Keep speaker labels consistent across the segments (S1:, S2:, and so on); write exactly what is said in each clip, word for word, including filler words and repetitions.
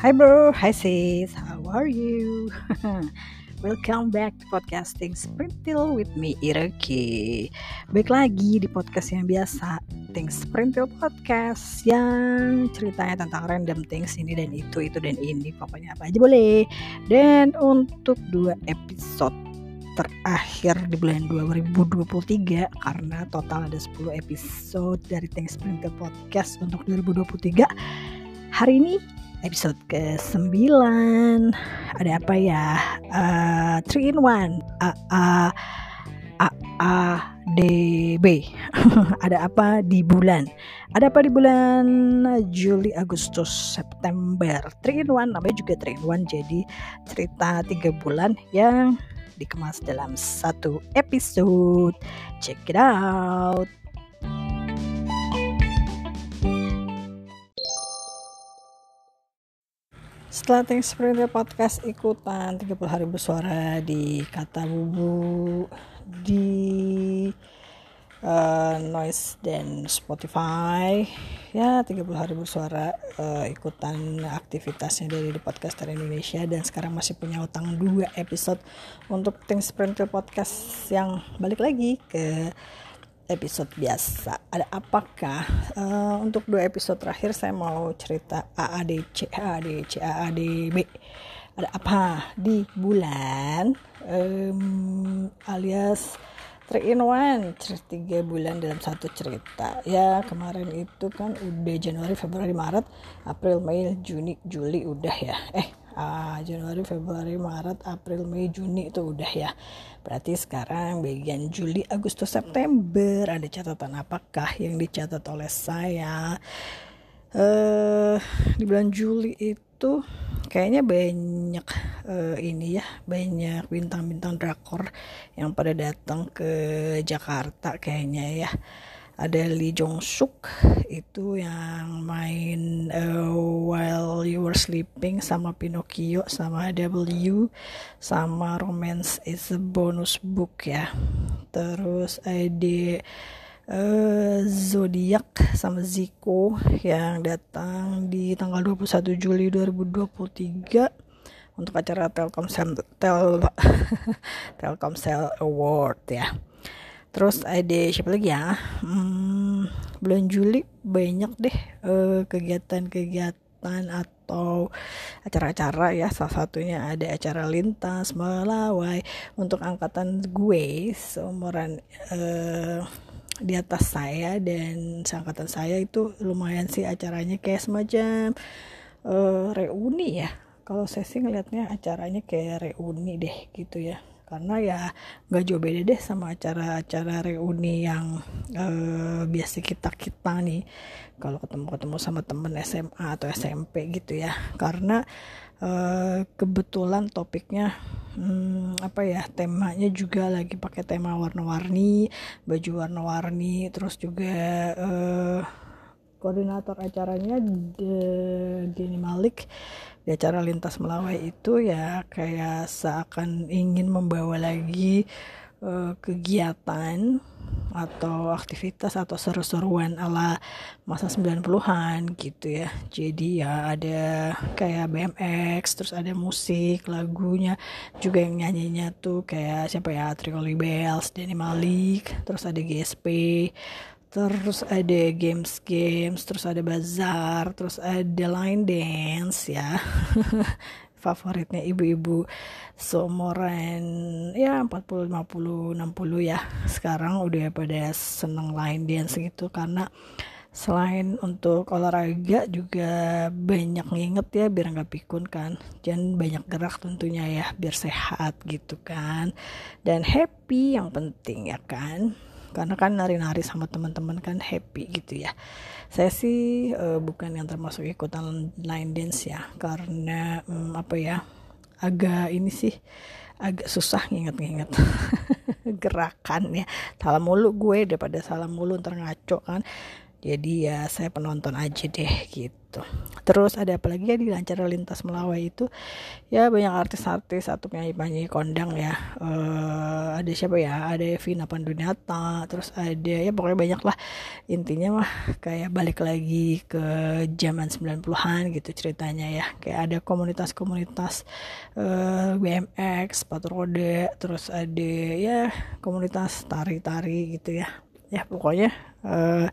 S1: Hi bro, hi sis, how are you? Welcome back to podcasting Sprintil with me Ireki. Baik lagi di podcast yang biasa, Things Sprintil Podcast, yang ceritanya tentang random things ini dan itu, itu dan ini, pokoknya apa aja boleh. Dan untuk dua episode terakhir di bulan dua ribu dua puluh tiga, karena total ada sepuluh episode dari Things Sprintil Podcast untuk dua ribu dua puluh tiga. Hari ini episode ke sembilan. Ada apa ya? Uh, three in one. A A A A D B. Ada apa di bulan? Ada apa di bulan Juli, Agustus, September? three in one, namanya juga three in one. Jadi cerita tiga bulan yang dikemas dalam satu episode. Check it out. Setelah Things Sprintil Podcast ikutan tiga puluh hari bersuara di Kata Bubu, di uh, Noise dan Spotify. Ya, tiga puluh hari bersuara, uh, ikutan aktivitasnya dari The Podcaster Indonesia. Dan sekarang masih punya utang dua episode untuk Things Sprintil Podcast yang balik lagi ke episode biasa. Ada apakah? Uh, untuk dua episode terakhir saya mau cerita A A D C, A A D C, A A D B. Ada apa di bulan um, alias three in one, tiga bulan dalam satu cerita. Ya, kemarin itu kan udah Januari, Februari, Maret, April, Mei, Juni, Juli udah ya. Eh, ah, Januari, Februari, Maret, April, Mei, Juni itu udah ya. Berarti sekarang bagian Juli, Agustus, September. Ada catatan apakah yang dicatat oleh saya? Uh, di bulan Juli itu kayaknya banyak uh, ini ya, banyak bintang-bintang drakor yang pada datang ke Jakarta kayaknya ya. Ada Lee Jong Suk itu yang main uh, While You Were Sleeping, sama Pinocchio, sama W, sama Romance is a Bonus Book ya. Terus ada uh, Zodiac sama Zico yang datang di tanggal dua puluh satu Juli dua ribu dua puluh tiga untuk acara Telkomsel Tel Telkomsel Award ya. Terus ada siapa lagi ya? Hmm, bulan Juli banyak deh uh, kegiatan-kegiatan atau acara-acara ya. Salah satunya ada acara lintas melawai untuk angkatan gue seumuran uh, di atas saya dan seangkatan saya. Itu lumayan sih acaranya, kayak semacam uh, reuni ya. Kalau saya sih ngelihatnya acaranya kayak reuni deh gitu ya. Karena ya gak jauh beda deh sama acara-acara reuni yang uh, biasa kita-kita nih kalau ketemu-ketemu sama temen S M A atau S M P gitu ya. Karena uh, kebetulan topiknya hmm, apa ya, temanya juga lagi pakai tema warna-warni, baju warna-warni. Terus juga uh, koordinator acaranya Denny Malik di acara lintas melawai itu ya kayak seakan ingin membawa lagi uh, kegiatan atau aktivitas atau seru-seruan ala masa sembilan puluhan gitu ya. Jadi ya ada kayak B M X, terus ada musik, lagunya juga yang nyanyinya tuh kayak siapa ya, Trio Bells, Denny Malik, terus ada G S P, terus ada games-games, terus ada bazar, terus ada line dance ya. Favoritnya ibu-ibu seumuran ya empat puluh, lima puluh, enam puluh ya. Sekarang udah pada seneng line dance gitu, karena selain untuk olahraga juga banyak nginget ya biar gak pikun kan. Dan banyak gerak tentunya ya biar sehat gitu kan. Dan happy yang penting ya kan. Karena kan nari-nari sama teman-teman kan happy gitu ya. Saya sih uh, bukan yang termasuk ikutan line dance ya, karena um, apa ya, agak ini sih agak susah nginget-nginget gerakan ya. Salah mulu gue, daripada salah mulu ntar ngaco kan. Jadi ya saya penonton aja deh gitu. Terus ada apa lagi ya di Lancar Lintas Melawai itu? Ya banyak artis-artis atau penyanyi-penyanyi kondang ya. Uh, ada siapa ya? Ada Vina Panduwinata. Terus ada ya pokoknya banyak lah. Intinya mah kayak balik lagi ke zaman sembilan puluhan gitu ceritanya ya. Kayak ada komunitas-komunitas uh, B M X, sepatu roda. Terus ada ya komunitas tari-tari gitu ya. Ya pokoknya uh,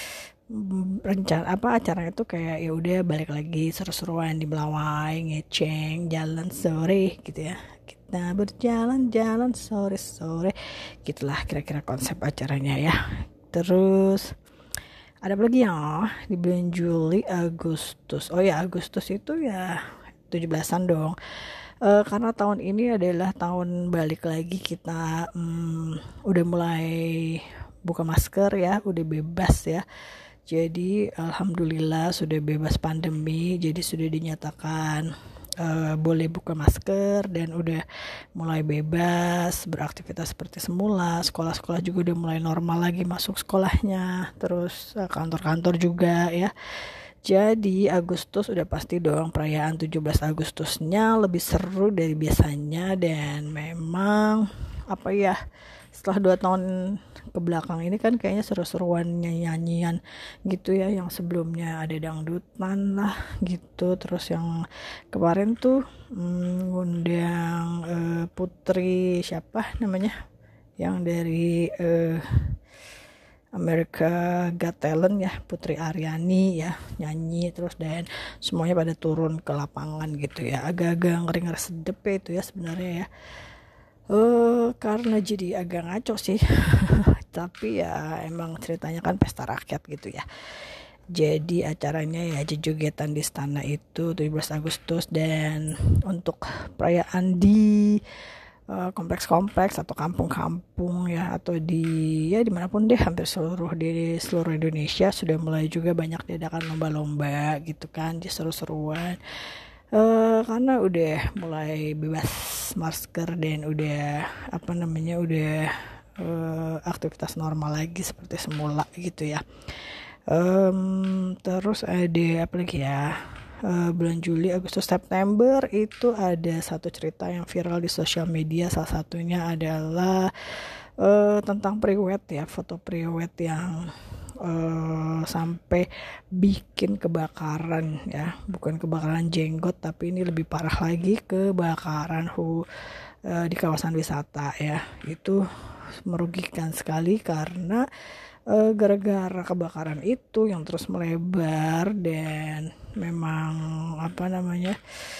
S1: rencana apa acaranya itu kayak ya udah balik lagi seru-seruan di Melawai, ngeceng jalan sore gitu ya, kita berjalan-jalan sore-sore gitulah kira-kira konsep acaranya ya. Terus ada apa lagi ya di bulan Juli Agustus? Oh ya Agustus itu ya tujuh belasan dong. Uh, karena tahun ini adalah tahun balik lagi kita hmm, udah mulai buka masker ya, udah bebas ya. Jadi alhamdulillah sudah bebas pandemi, jadi sudah dinyatakan uh, boleh buka masker dan udah mulai bebas beraktivitas seperti semula. Sekolah-sekolah juga udah mulai normal lagi masuk sekolahnya, terus uh, kantor-kantor juga ya. Jadi Agustus udah pasti dong perayaan tujuh belas Agustusnya lebih seru dari biasanya. Dan memang apa ya, setelah dua tahun ke belakang ini kan kayaknya seru-seruan nyanyian gitu ya. Yang sebelumnya ada dangdutan lah gitu. Terus yang kemarin tuh hmm, ngundang uh, Putri siapa namanya, yang dari uh, America Got Talent ya, Putri Aryani ya, nyanyi terus dan semuanya pada turun ke lapangan gitu ya. Agak-agak ngeri-ngeri sedep ya itu ya sebenarnya ya. Uh, karena jadi agak ngaco sih. Tapi ya emang ceritanya kan pesta rakyat gitu ya. Jadi acaranya ya jogetan di istana itu tujuh belas Agustus, dan untuk perayaan di Uh, kompleks-kompleks atau kampung-kampung ya, atau di ya dimanapun deh, hampir seluruh di seluruh Indonesia sudah mulai juga banyak diadakan lomba-lomba gitu kan, di seru-seruan uh, karena udah mulai bebas masker dan udah apa namanya udah uh, aktivitas normal lagi seperti semula gitu ya. Um, terus ada apa lagi ya? Uh, bulan Juli, Agustus, September itu ada satu cerita yang viral di sosial media. Salah satunya adalah uh, tentang priwet ya, foto priwet yang uh, sampai bikin kebakaran ya, bukan kebakaran jenggot tapi ini lebih parah lagi, kebakaran hu uh, di kawasan wisata ya. Itu merugikan sekali karena Uh, gara-gara kebakaran itu yang terus melebar dan memang apa namanya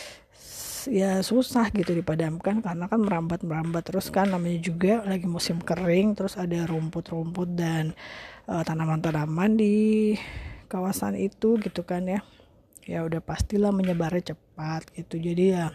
S1: ya susah gitu dipadamkan karena kan merambat-merambat terus kan, namanya juga lagi musim kering, terus ada rumput-rumput dan uh, tanaman-tanaman di kawasan itu gitu kan ya. Ya udah pastilah menyebarnya cepat gitu. Jadi ya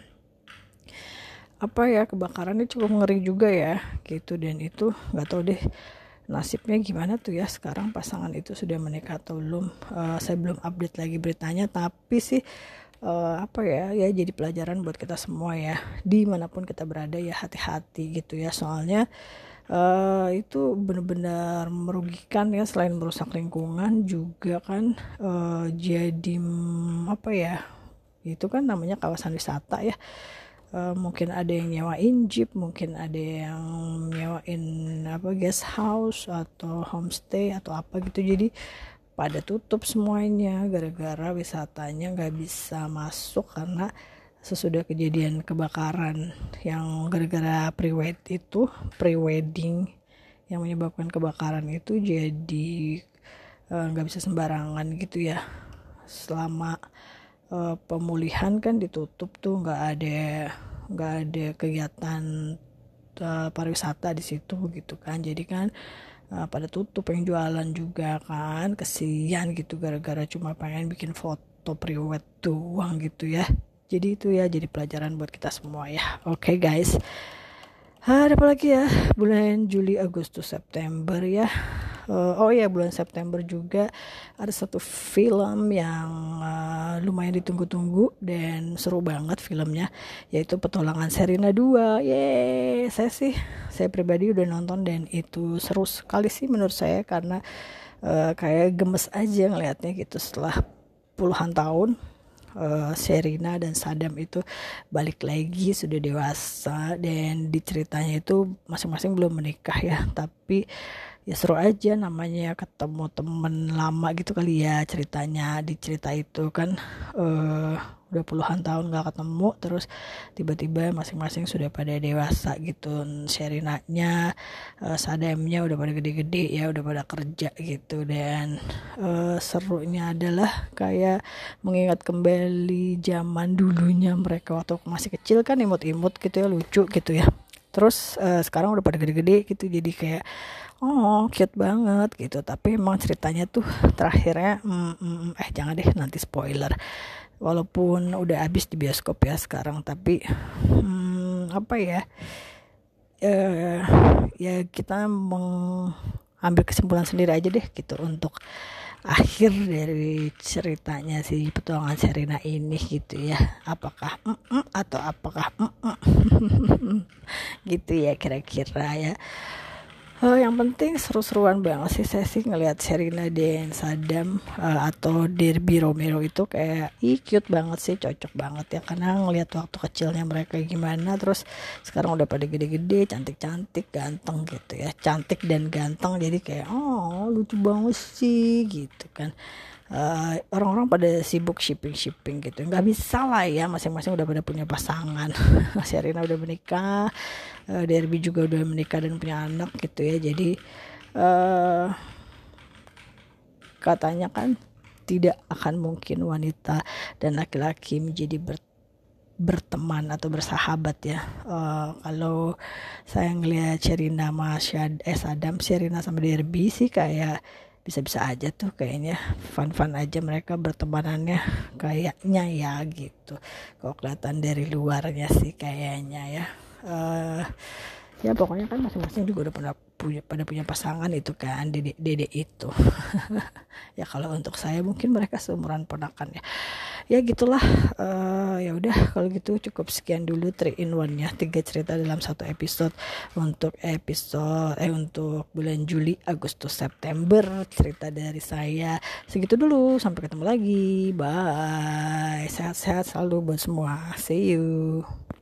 S1: apa ya, kebakarannya cukup ngeri juga ya gitu. Dan itu nggak tahu deh nasibnya gimana tuh ya sekarang, pasangan itu sudah menikah atau belum. Uh, saya belum update lagi beritanya, tapi sih uh, apa ya ya jadi pelajaran buat kita semua ya, dimanapun kita berada ya hati-hati gitu ya. Soalnya uh, itu benar-benar merugikan ya, selain merusak lingkungan juga kan uh, jadi apa ya, itu kan namanya kawasan wisata ya. Uh, mungkin ada yang nyewain jeep, mungkin ada yang nyewain apa guest house atau homestay atau apa gitu. Jadi pada tutup semuanya gara-gara wisatanya nggak bisa masuk karena sesudah kejadian kebakaran yang gara-gara pre-wed itu pre-wedding yang menyebabkan kebakaran itu. Jadi nggak uh, bisa sembarangan gitu ya. Selama Uh, pemulihan kan ditutup tuh, nggak ada nggak ada kegiatan uh, pariwisata di situ gitu kan. Jadi kan uh, pada tutup, yang jualan juga kan kesian gitu gara-gara cuma pengen bikin foto priwet doang gitu ya. Jadi itu ya jadi pelajaran buat kita semua ya. Oke okay, guys, ada apa lagi ya bulan Juli, Agustus, September ya. Uh, oh ya bulan September juga ada satu film yang uh, lumayan ditunggu-tunggu dan seru banget filmnya, yaitu Petualangan Sherina dua. Yeay, saya sih saya pribadi udah nonton dan itu seru sekali sih menurut saya, karena uh, kayak gemes aja ngelihatnya gitu setelah puluhan tahun. Uh, Sherina dan Sadam itu balik lagi sudah dewasa, dan di ceritanya itu masing-masing belum menikah ya, tapi ya seru aja namanya ketemu temen lama gitu kali ya. Ceritanya di cerita itu kan uh, udah puluhan tahun gak ketemu, terus tiba-tiba masing-masing sudah pada dewasa gitu. Sherinanya, uh, Sadamnya udah pada gede-gede ya, udah pada kerja gitu. Dan uh, serunya adalah kayak mengingat kembali zaman dulunya mereka waktu masih kecil kan, imut-imut gitu ya, lucu gitu ya. Terus uh, sekarang udah pada gede-gede gitu, jadi kayak oh cute banget gitu. Tapi emang ceritanya tuh terakhirnya mm, mm, eh jangan deh nanti spoiler, walaupun udah habis di bioskop ya sekarang, tapi hmm, apa ya eh, ya kita mengambil kesimpulan sendiri aja deh gitu untuk akhir dari ceritanya si petualangan Sherina ini gitu ya. Apakah mm -mm, atau apakah mm -mm. gitu ya kira-kira ya. Uh, yang penting seru-seruan banget sih saya sih ngelihat Sherina dan Sadam uh, atau Derby Romero itu kayak ih cute banget sih, cocok banget ya, karena ngelihat waktu kecilnya mereka gimana, terus sekarang udah pada gede-gede, cantik-cantik, ganteng gitu ya, cantik dan ganteng, jadi kayak oh lucu banget sih gitu kan. Uh, orang-orang pada sibuk shipping-shipping gitu, nggak bisa lah ya, masing-masing udah pada punya pasangan. Sherina udah menikah, uh, Derby juga udah menikah dan punya anak gitu ya, jadi uh, katanya kan tidak akan mungkin wanita dan laki-laki menjadi ber, berteman atau bersahabat ya. Uh, kalau saya ngelihat Sherina sama Syad, eh Sadam, Sherina sama Derby sih kayak bisa-bisa aja tuh kayaknya, fun-fun aja mereka bertemanannya kayaknya ya gitu. Kalau kelihatan dari luarnya sih kayaknya ya. Uh, ya pokoknya kan masing-masing juga udah pada punya pada punya pasangan itu kan, dedek dedek itu. Ya kalau untuk saya mungkin mereka seumuran ponakan ya. Ya gitulah. Uh, ya udah kalau gitu cukup sekian dulu three in one nya, tiga cerita dalam satu episode untuk episode eh untuk bulan Juli, Agustus, September. Cerita dari saya segitu dulu, sampai ketemu lagi, bye, sehat-sehat selalu buat semua, see you.